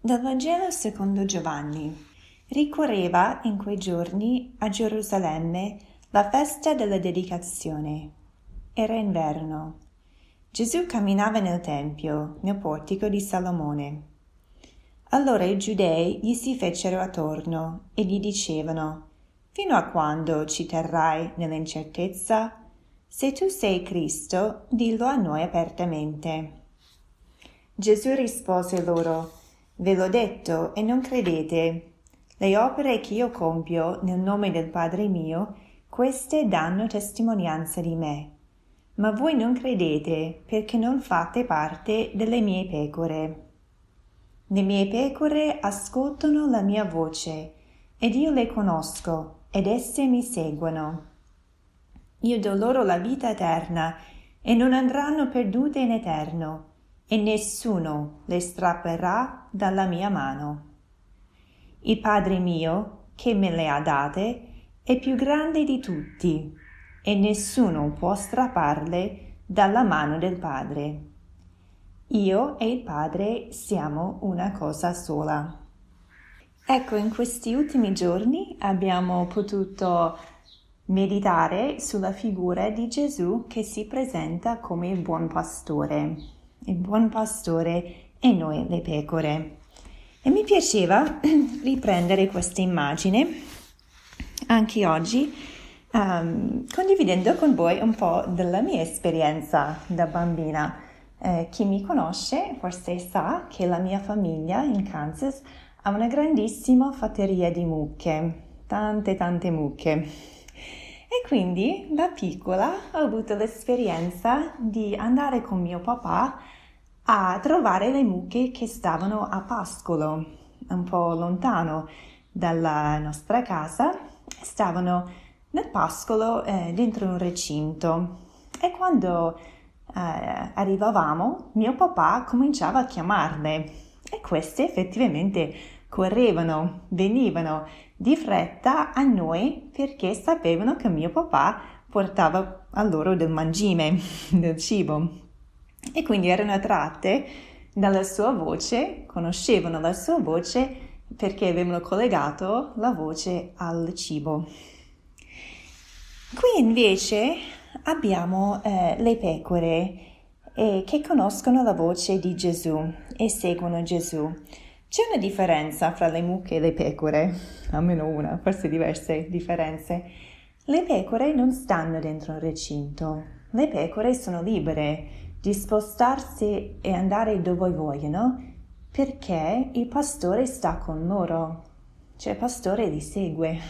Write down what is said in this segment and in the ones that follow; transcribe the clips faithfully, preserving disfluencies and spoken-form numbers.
Dal Vangelo secondo Giovanni. Ricorreva in quei giorni a Gerusalemme la festa della dedicazione. Era inverno. Gesù camminava nel Tempio, nel portico di Salomone. Allora i giudei gli si fecero attorno e gli dicevano: «Fino a quando ci terrai nell'incertezza? Se tu sei Cristo, dillo a noi apertamente». Gesù rispose loro: «Ve l'ho detto e non credete. Le opere che io compio nel nome del Padre mio, queste danno testimonianza di me. Ma voi non credete perché non fate parte delle mie pecore. Le mie pecore ascoltano la mia voce ed io le conosco ed esse mi seguono. Io do loro la vita eterna e non andranno perdute in eterno, e nessuno le strapperà dalla mia mano. Il Padre mio, che me le ha date, è più grande di tutti, e nessuno può strapparle dalla mano del Padre. Io e il Padre siamo una cosa sola». Ecco, in questi ultimi giorni abbiamo potuto meditare sulla figura di Gesù che si presenta come il buon pastore. Il buon pastore e noi le pecore. E mi piaceva riprendere questa immagine anche oggi, um, condividendo con voi un po' della mia esperienza da bambina. Eh, chi mi conosce forse sa che la mia famiglia in Kansas ha una grandissima fattoria di mucche, tante tante mucche. E quindi da piccola ho avuto l'esperienza di andare con mio papà a trovare le mucche che stavano a pascolo, un po' lontano dalla nostra casa. Stavano nel pascolo eh, dentro un recinto. E quando eh, arrivavamo, mio papà cominciava a chiamarle. E queste effettivamente correvano, venivano di fretta a noi perché sapevano che mio papà portava a loro del mangime, del cibo. E quindi erano attratte dalla sua voce, conoscevano la sua voce perché avevano collegato la voce al cibo. Qui invece abbiamo eh, le pecore eh, che conoscono la voce di Gesù e seguono Gesù. C'è una differenza fra le mucche e le pecore, almeno una, forse diverse differenze. Le pecore non stanno dentro un recinto, le pecore sono libere di spostarsi e andare dove vogliono perché il pastore sta con loro, cioè il pastore li segue,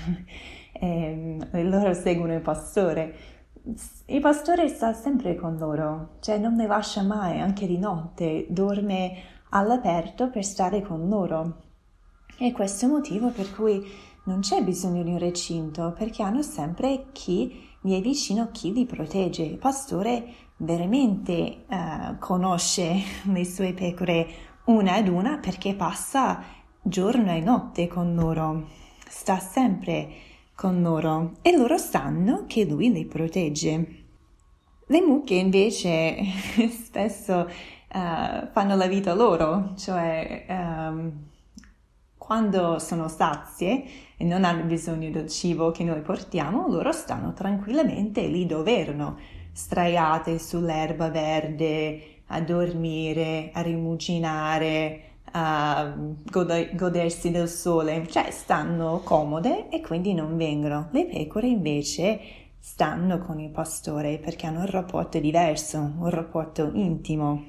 e loro seguono il pastore. Il pastore sta sempre con loro, cioè non le lascia mai, anche di notte, dorme all'aperto per stare con loro. E questo è il motivo per cui non c'è bisogno di un recinto, perché hanno sempre chi gli è vicino, chi li protegge. Il pastore veramente uh, conosce le sue pecore una ad una perché passa giorno e notte con loro, sta sempre con loro e loro sanno che lui li protegge. Le mucche invece spesso uh, fanno la vita loro, cioè um, quando sono sazie e non hanno bisogno del cibo che noi portiamo, loro stanno tranquillamente lì dove erano, straiate sull'erba verde, a dormire, a rimuginare, a gode- godersi del sole, cioè stanno comode e quindi non vengono. Le pecore invece stanno con il pastore perché hanno un rapporto diverso, un rapporto intimo.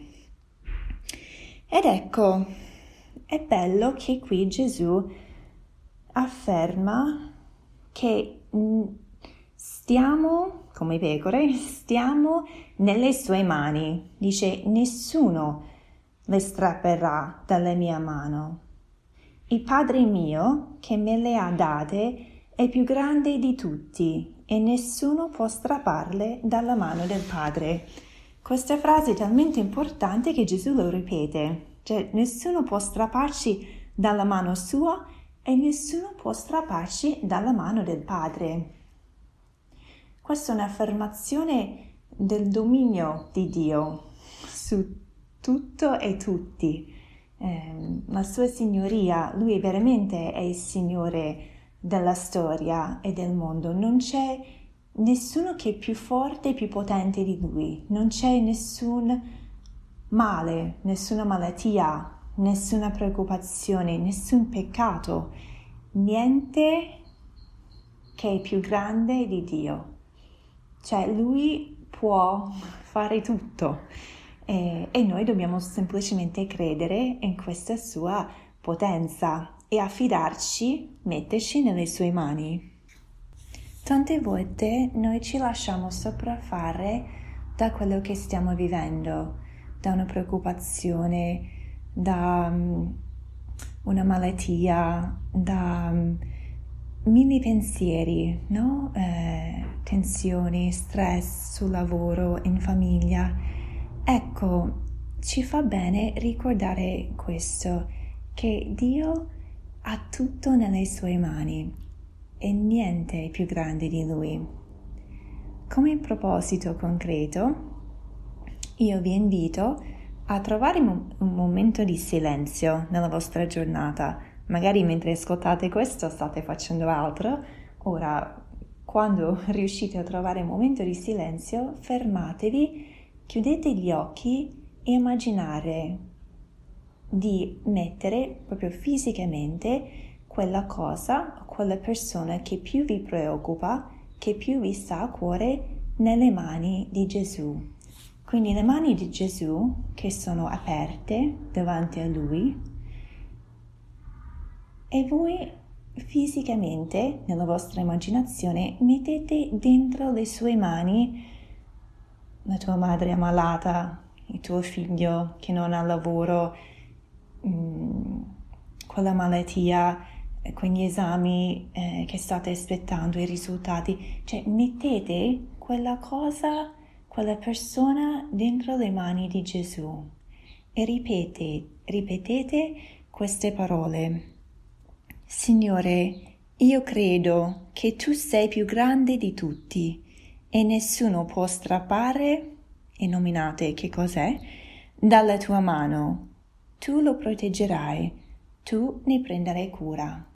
Ed ecco, è bello che qui Gesù afferma che stiamo, come pecore, stiamo nelle sue mani. Dice: nessuno le strapperà dalla mia mano. Il Padre mio, che me le ha date, è più grande di tutti e nessuno può strapparle dalla mano del Padre. Questa frase è talmente importante che Gesù lo ripete. Cioè, nessuno può strapparci dalla mano sua e nessuno può strapparci dalla mano del Padre. Questa è un'affermazione del dominio di Dio su tutto e tutti. eh, la sua signoria. Lui veramente è il Signore della storia e del mondo. Non c'è nessuno che è più forte e più potente di Lui. Non c'è nessun male, nessuna malattia, nessuna preoccupazione, nessun peccato, niente che è più grande di Dio. Cioè Lui può fare tutto e, e noi dobbiamo semplicemente credere in questa sua potenza e affidarci, metterci nelle sue mani. Tante volte noi ci lasciamo sopraffare da quello che stiamo vivendo, da una preoccupazione, da um, una malattia, da um, mille pensieri, no? Eh, tensioni, stress sul lavoro, in famiglia. Ecco, ci fa bene ricordare questo, che Dio ha tutto nelle sue mani e niente è più grande di Lui. Come proposito concreto, io vi invito a trovare un momento di silenzio nella vostra giornata. Magari mentre ascoltate questo state facendo altro. Ora, quando riuscite a trovare un momento di silenzio, fermatevi, chiudete gli occhi e immaginare di mettere proprio fisicamente quella cosa, quella persona che più vi preoccupa, che più vi sta a cuore, nelle mani di Gesù. Quindi le mani di Gesù che sono aperte davanti a Lui e voi fisicamente, nella vostra immaginazione, mettete dentro le sue mani la tua madre ammalata, il tuo figlio che non ha lavoro, mh, quella malattia, quegli esami eh, che state aspettando, i risultati. Cioè mettete quella cosa, quella persona dentro le mani di Gesù e ripete, ripetete queste parole. Signore, io credo che tu sei più grande di tutti e nessuno può strappare, e nominate che cos'è, dalla tua mano. Tu lo proteggerai, tu ne prenderai cura.